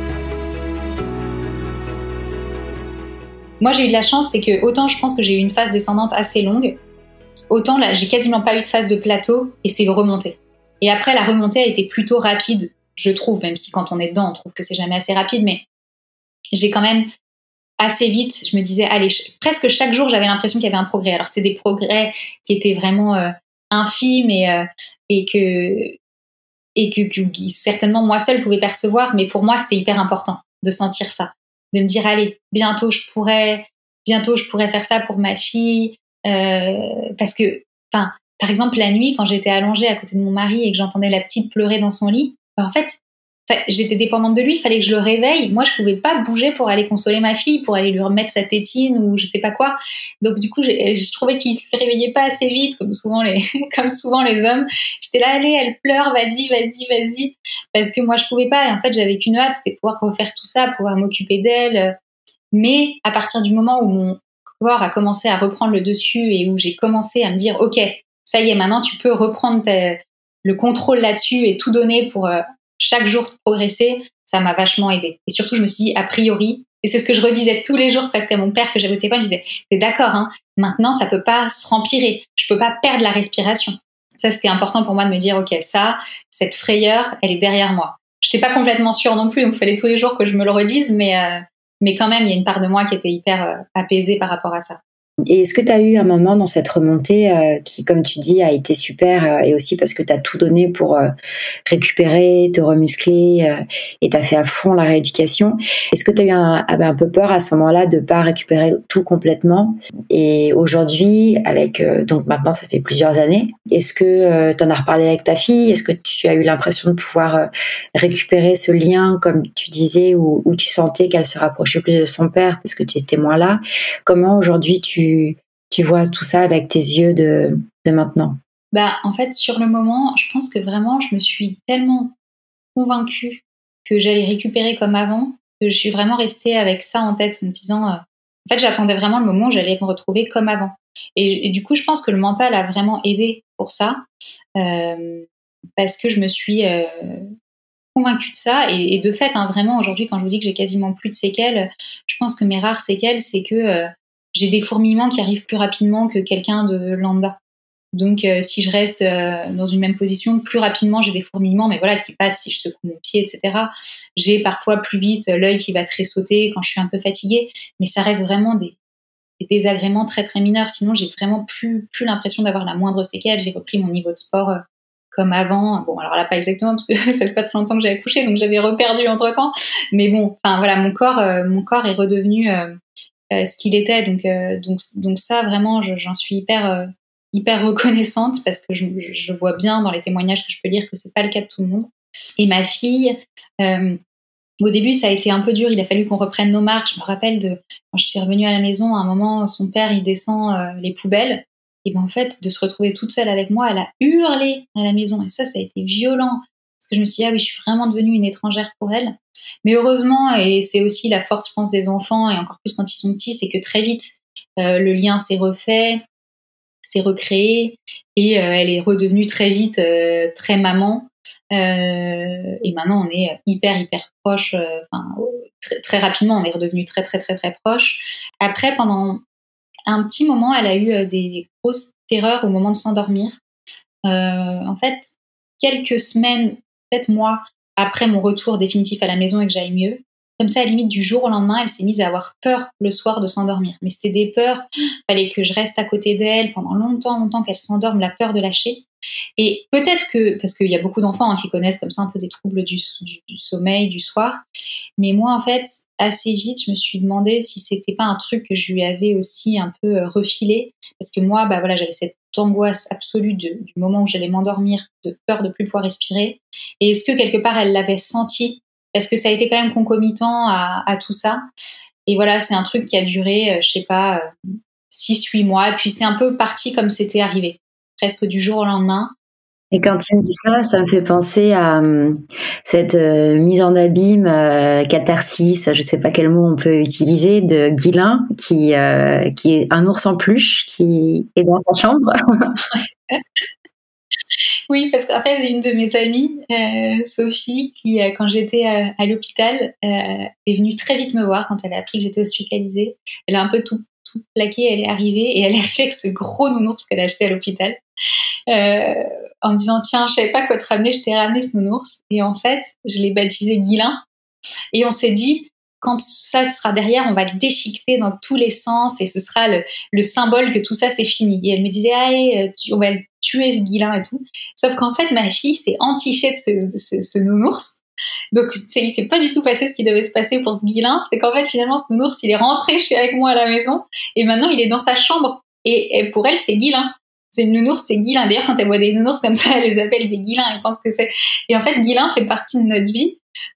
Moi, j'ai eu de la chance, c'est que autant je pense que j'ai eu une phase descendante assez longue, autant là, j'ai quasiment pas eu de phase de plateau, et c'est remonté. Et après, la remontée a été plutôt rapide, je trouve, même si quand on est dedans, on trouve que c'est jamais assez rapide, mais j'ai quand même assez vite, je me disais, allez, ch- presque chaque jour, j'avais l'impression qu'il y avait un progrès. Alors, c'est des progrès qui étaient vraiment euh, infimes et, euh, et que, et que, que, que certainement moi seule pouvais percevoir, mais pour moi, c'était hyper important de sentir ça, de me dire, allez, bientôt je pourrais, bientôt je pourrais faire ça pour ma fille, euh, parce que, enfin, par exemple, la nuit, quand j'étais allongée à côté de mon mari et que j'entendais la petite pleurer dans son lit, en fait, j'étais dépendante de lui, il fallait que je le réveille. Moi, je pouvais pas bouger pour aller consoler ma fille, pour aller lui remettre sa tétine ou je sais pas quoi. Donc, du coup, j'ai, je trouvais qu'il se réveillait pas assez vite, comme souvent les, comme souvent les hommes. J'étais là, allez, elle pleure, vas-y, vas-y, vas-y. Parce que moi, je pouvais pas. Et en fait, j'avais qu'une hâte, c'était pouvoir refaire tout ça, pouvoir m'occuper d'elle. Mais à partir du moment où mon corps a commencé à reprendre le dessus et où j'ai commencé à me dire, OK, ça y est, maintenant, tu peux reprendre ta, le contrôle là-dessus et tout donner pour euh, chaque jour progresser, ça m'a vachement aidée. Et surtout, je me suis dit, a priori, et c'est ce que je redisais tous les jours presque à mon père que j'avais au téléphone, je disais, t'es d'accord, hein, maintenant, ça peut pas se rempirer, je peux pas perdre la respiration. Ça, c'était important pour moi de me dire, OK, ça, cette frayeur, elle est derrière moi. Je n'étais pas complètement sûre non plus, donc il fallait tous les jours que je me le redise, mais, euh, mais quand même, il y a une part de moi qui était hyper euh, apaisée par rapport à ça. Et est-ce que tu as eu un moment dans cette remontée euh, qui, comme tu dis, a été super euh, et aussi parce que tu as tout donné pour euh, récupérer, te remuscler euh, et tu as fait à fond la rééducation. Est-ce que tu as eu un, un peu peur à ce moment-là de pas récupérer tout complètement? Et aujourd'hui, avec euh, donc maintenant ça fait plusieurs années, est-ce que euh, tu en as reparlé avec ta fille? Est-ce que tu as eu l'impression de pouvoir euh, récupérer ce lien, comme tu disais, où, où tu sentais qu'elle se rapprochait plus de son père parce que tu étais moins là? Comment aujourd'hui tu tu vois tout ça avec tes yeux de, de maintenant? Bah, en fait, sur le moment, je pense que vraiment, je me suis tellement convaincue que j'allais récupérer comme avant, que je suis vraiment restée avec ça en tête, en me disant, euh, en fait, j'attendais vraiment le moment où j'allais me retrouver comme avant. Et, et du coup, je pense que le mental a vraiment aidé pour ça, euh, parce que je me suis euh, convaincue de ça. Et, et de fait, hein, vraiment, aujourd'hui, quand je vous dis que j'ai quasiment plus de séquelles, je pense que mes rares séquelles, c'est que euh, j'ai des fourmillements qui arrivent plus rapidement que quelqu'un de lambda. Donc, euh, si je reste euh, dans une même position, plus rapidement, j'ai des fourmillements, mais voilà, qui passent si je secoue mon pied, et cetera. J'ai parfois plus vite euh, l'œil qui va tressauter quand je suis un peu fatiguée, mais ça reste vraiment des, des désagréments très, très mineurs. Sinon, j'ai vraiment plus, plus l'impression d'avoir la moindre séquelle. J'ai repris mon niveau de sport euh, comme avant. Bon, alors là, pas exactement, parce que ça fait pas très longtemps que j'ai accouché, donc j'avais reperdu entre-temps. Mais bon, enfin voilà, mon corps, euh, mon corps est redevenu euh, euh, ce qu'il était. Donc, euh, donc, donc ça, vraiment, je, j'en suis hyper... Euh, hyper reconnaissante parce que je, je vois bien dans les témoignages que je peux lire que c'est pas le cas de tout le monde. Et ma fille, euh, au début, ça a été un peu dur. Il a fallu qu'on reprenne nos marques. Je me rappelle de quand je suis revenue à la maison, à un moment, son père il descend euh, les poubelles. Et ben en fait, de se retrouver toute seule avec moi, elle a hurlé à la maison. Et ça, ça a été violent parce que je me suis dit ah oui, je suis vraiment devenue une étrangère pour elle. Mais heureusement, et c'est aussi la force, je pense, des enfants et encore plus quand ils sont petits, c'est que très vite euh, le lien s'est refait. S'est recréée et euh, elle est redevenue très vite euh, très maman euh, et maintenant on est hyper hyper proche euh, très, très rapidement on est redevenu très très très très proche. Après pendant un petit moment elle a eu euh, des, des grosses terreurs au moment de s'endormir euh, en fait quelques semaines peut-être mois après mon retour définitif à la maison et que j'aille mieux. Comme ça, à la limite, du jour au lendemain, elle s'est mise à avoir peur le soir de s'endormir. Mais c'était des peurs, il fallait que je reste à côté d'elle pendant longtemps, longtemps qu'elle s'endorme, la peur de lâcher. Et peut-être que, parce qu'il y a beaucoup d'enfants hein, qui connaissent comme ça un peu des troubles du, du, du sommeil, du soir. Mais moi, en fait, assez vite, je me suis demandé si c'était pas un truc que je lui avais aussi un peu refilé. Parce que moi, bah voilà, j'avais cette angoisse absolue de, du moment où j'allais m'endormir, de peur de plus pouvoir respirer. Et est-ce que quelque part, elle l'avait senti? Parce que ça a été quand même concomitant à, à tout ça. Et voilà, c'est un truc qui a duré, euh, je sais pas, six, huit mois. Et puis c'est un peu parti comme c'était arrivé, presque du jour au lendemain. Et quand tu me dis ça, ça me fait penser à euh, cette euh, mise en abîme, euh, catharsis, je sais pas quel mot on peut utiliser, de Ghislain, qui, euh, qui est un ours en peluche, qui est dans sa chambre. Oui, parce qu'en fait, j'ai une de mes amies, euh, Sophie, qui, euh, quand j'étais euh, à l'hôpital, euh, est venue très vite me voir quand elle a appris que j'étais hospitalisée. Elle a un peu tout, tout plaqué, elle est arrivée et elle est arrivée avec ce gros nounours qu'elle a acheté à l'hôpital. Euh, en me disant, tiens, je savais pas quoi te ramener, je t'ai ramené ce nounours. Et en fait, je l'ai baptisé Ghislain. Et on s'est dit, quand ça sera derrière, on va le déchiqueter dans tous les sens et ce sera le, le symbole que tout ça c'est fini. Et elle me disait, allez, tu, on va tuer ce Ghislain et tout. Sauf qu'en fait, ma fille s'est entichée de ce, de ce, ce nounours. Donc, c'est, il s'est pas du tout passé ce qui devait se passer pour ce Ghislain. C'est qu'en fait, finalement, ce nounours, il est rentré chez avec moi à la maison et maintenant, il est dans sa chambre. Et, et pour elle, c'est Ghislain. C'est une nounours, c'est Ghislain. D'ailleurs, quand elle voit des nounours comme ça, elle les appelle des Ghislains. Elle pense que c'est. Et en fait, Ghislain fait partie de notre vie.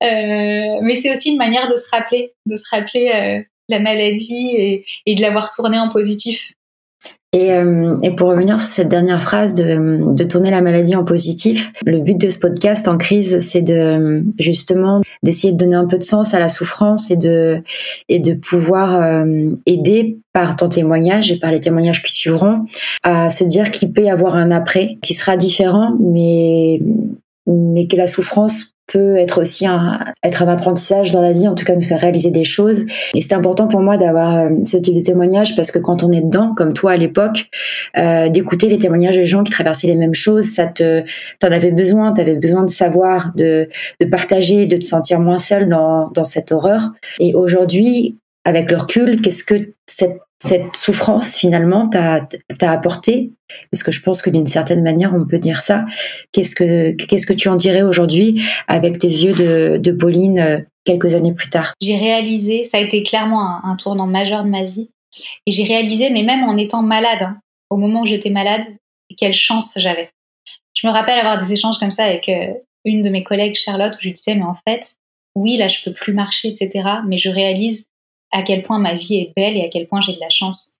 Euh, mais c'est aussi une manière de se rappeler, de se rappeler euh, la maladie et, et de l'avoir tournée en positif. Et, euh, et pour revenir sur cette dernière phrase de, de tourner la maladie en positif, le but de ce podcast en crise, c'est de justement d'essayer de donner un peu de sens à la souffrance et de et de pouvoir euh, aider par ton témoignage et par les témoignages qui suivront à se dire qu'il peut y avoir un après qui sera différent, mais mais que la souffrance peut être aussi un, être un apprentissage dans la vie, en tout cas nous faire réaliser des choses. Et c'est important pour moi d'avoir ce type de témoignage parce que quand on est dedans, comme toi à l'époque, euh, d'écouter les témoignages des gens qui traversaient les mêmes choses, ça te, t'en avais besoin, t'avais besoin de savoir, de, de partager, de te sentir moins seul dans, dans cette horreur. Et aujourd'hui, avec le recul, qu'est-ce que cette cette souffrance finalement t'a, t'a apporté, parce que je pense que d'une certaine manière on peut dire ça. Qu'est-ce que qu'est-ce que tu en dirais aujourd'hui avec tes yeux de, de Pauline euh, quelques années plus tard? J'ai réalisé, ça a été clairement un, un tournant majeur de ma vie, et j'ai réalisé, mais même en étant malade, hein, au moment où j'étais malade, quelle chance j'avais. Je me rappelle avoir des échanges comme ça avec euh, une de mes collègues, Charlotte, où je lui disais, mais en fait, oui, là je peux plus marcher, et cetera, mais je réalise à quel point ma vie est belle et à quel point j'ai de la chance.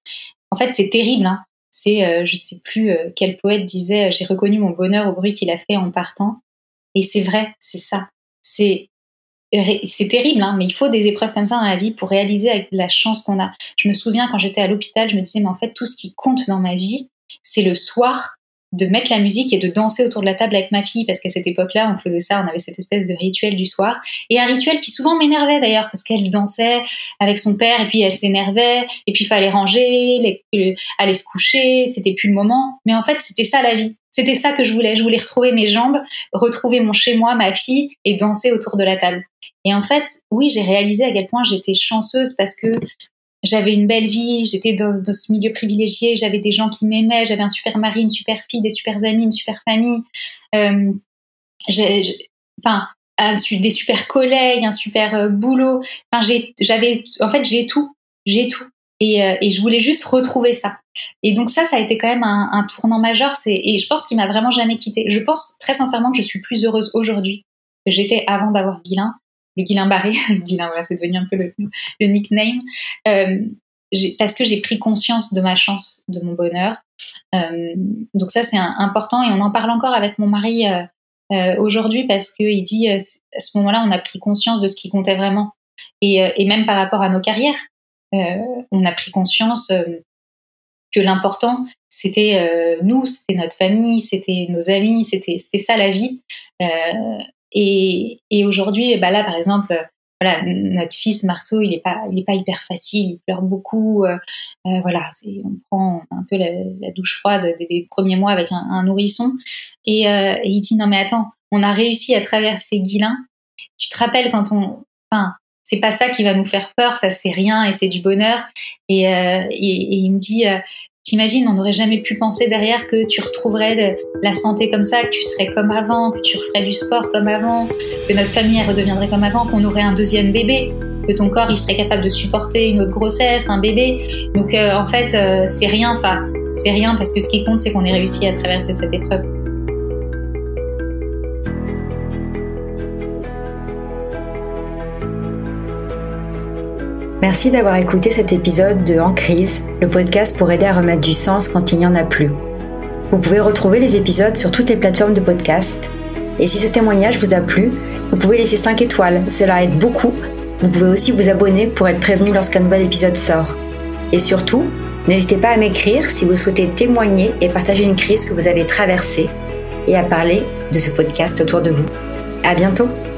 en fait, c'est terrible. Hein. C'est, euh, je sais plus euh, quel poète disait, j'ai reconnu mon bonheur au bruit qu'il a fait en partant. Et c'est vrai, c'est ça. C'est, c'est terrible, hein, mais il faut des épreuves comme ça dans la vie pour réaliser avec la chance qu'on a. Je me souviens quand j'étais à l'hôpital, je me disais, mais en fait, tout ce qui compte dans ma vie, c'est le soir de mettre la musique et de danser autour de la table avec ma fille, parce qu'à cette époque-là, on faisait ça, on avait cette espèce de rituel du soir, et un rituel qui souvent m'énervait d'ailleurs, parce qu'elle dansait avec son père, et puis elle s'énervait, et puis il fallait ranger, les, les, aller se coucher, c'était plus le moment, mais en fait, c'était ça la vie, c'était ça que je voulais, je voulais retrouver mes jambes, retrouver mon chez-moi, ma fille, et danser autour de la table. Et en fait, oui, j'ai réalisé à quel point j'étais chanceuse, parce que j'avais une belle vie, j'étais dans, dans ce milieu privilégié, j'avais des gens qui m'aimaient, j'avais un super mari, une super fille, des super amis, une super famille, euh, j'ai, j'ai, enfin, un, des super collègues, un super euh, boulot. Enfin, j'ai, j'avais, en fait, j'ai tout, j'ai tout, et, euh, et je voulais juste retrouver ça. Et donc ça, ça a été quand même un, un tournant majeur. C'est, et je pense qu'il m'a vraiment jamais quittée. Je pense très sincèrement que je suis plus heureuse aujourd'hui que j'étais avant d'avoir Guylain. Le Guylain Barré, Guylain, voilà, c'est devenu un peu le, le nickname, euh, j'ai, parce que j'ai pris conscience de ma chance, de mon bonheur. Euh, donc ça, c'est un, important, et on en parle encore avec mon mari euh, euh, aujourd'hui, parce qu'il dit, euh, à ce moment-là, on a pris conscience de ce qui comptait vraiment. Et, euh, et même par rapport à nos carrières, euh, on a pris conscience euh, que l'important, c'était euh, nous, c'était notre famille, c'était nos amis, c'était, c'était ça la vie. Euh, Et, et aujourd'hui, bah là, par exemple, voilà, notre fils Marceau, il est pas, il est pas hyper facile, il pleure beaucoup. Euh, euh, voilà, c'est, on prend un peu la, la douche froide des, des premiers mois avec un, un nourrisson. Et, euh, et il dit non mais attends, on a réussi à traverser Guylain. Tu te rappelles quand on, enfin, c'est pas ça qui va nous faire peur, ça c'est rien et c'est du bonheur. Et, euh, et, et il me dit. Euh, T'imagines, on n'aurait jamais pu penser derrière que tu retrouverais de la santé comme ça, que tu serais comme avant, que tu referais du sport comme avant, que notre famille elle redeviendrait comme avant, qu'on aurait un deuxième bébé, que ton corps il serait capable de supporter une autre grossesse, un bébé. Donc euh, en fait, euh, c'est rien ça, c'est rien, parce que ce qui compte, c'est qu'on ait réussi à traverser cette épreuve. Merci d'avoir écouté cet épisode de En Crise, le podcast pour aider à remettre du sens quand il n'y en a plus. Vous pouvez retrouver les épisodes sur toutes les plateformes de podcast. Et si ce témoignage vous a plu, vous pouvez laisser cinq étoiles, cela aide beaucoup. Vous pouvez aussi vous abonner pour être prévenu lorsqu'un nouvel épisode sort. Et surtout, n'hésitez pas à m'écrire si vous souhaitez témoigner et partager une crise que vous avez traversée, et à parler de ce podcast autour de vous. À bientôt!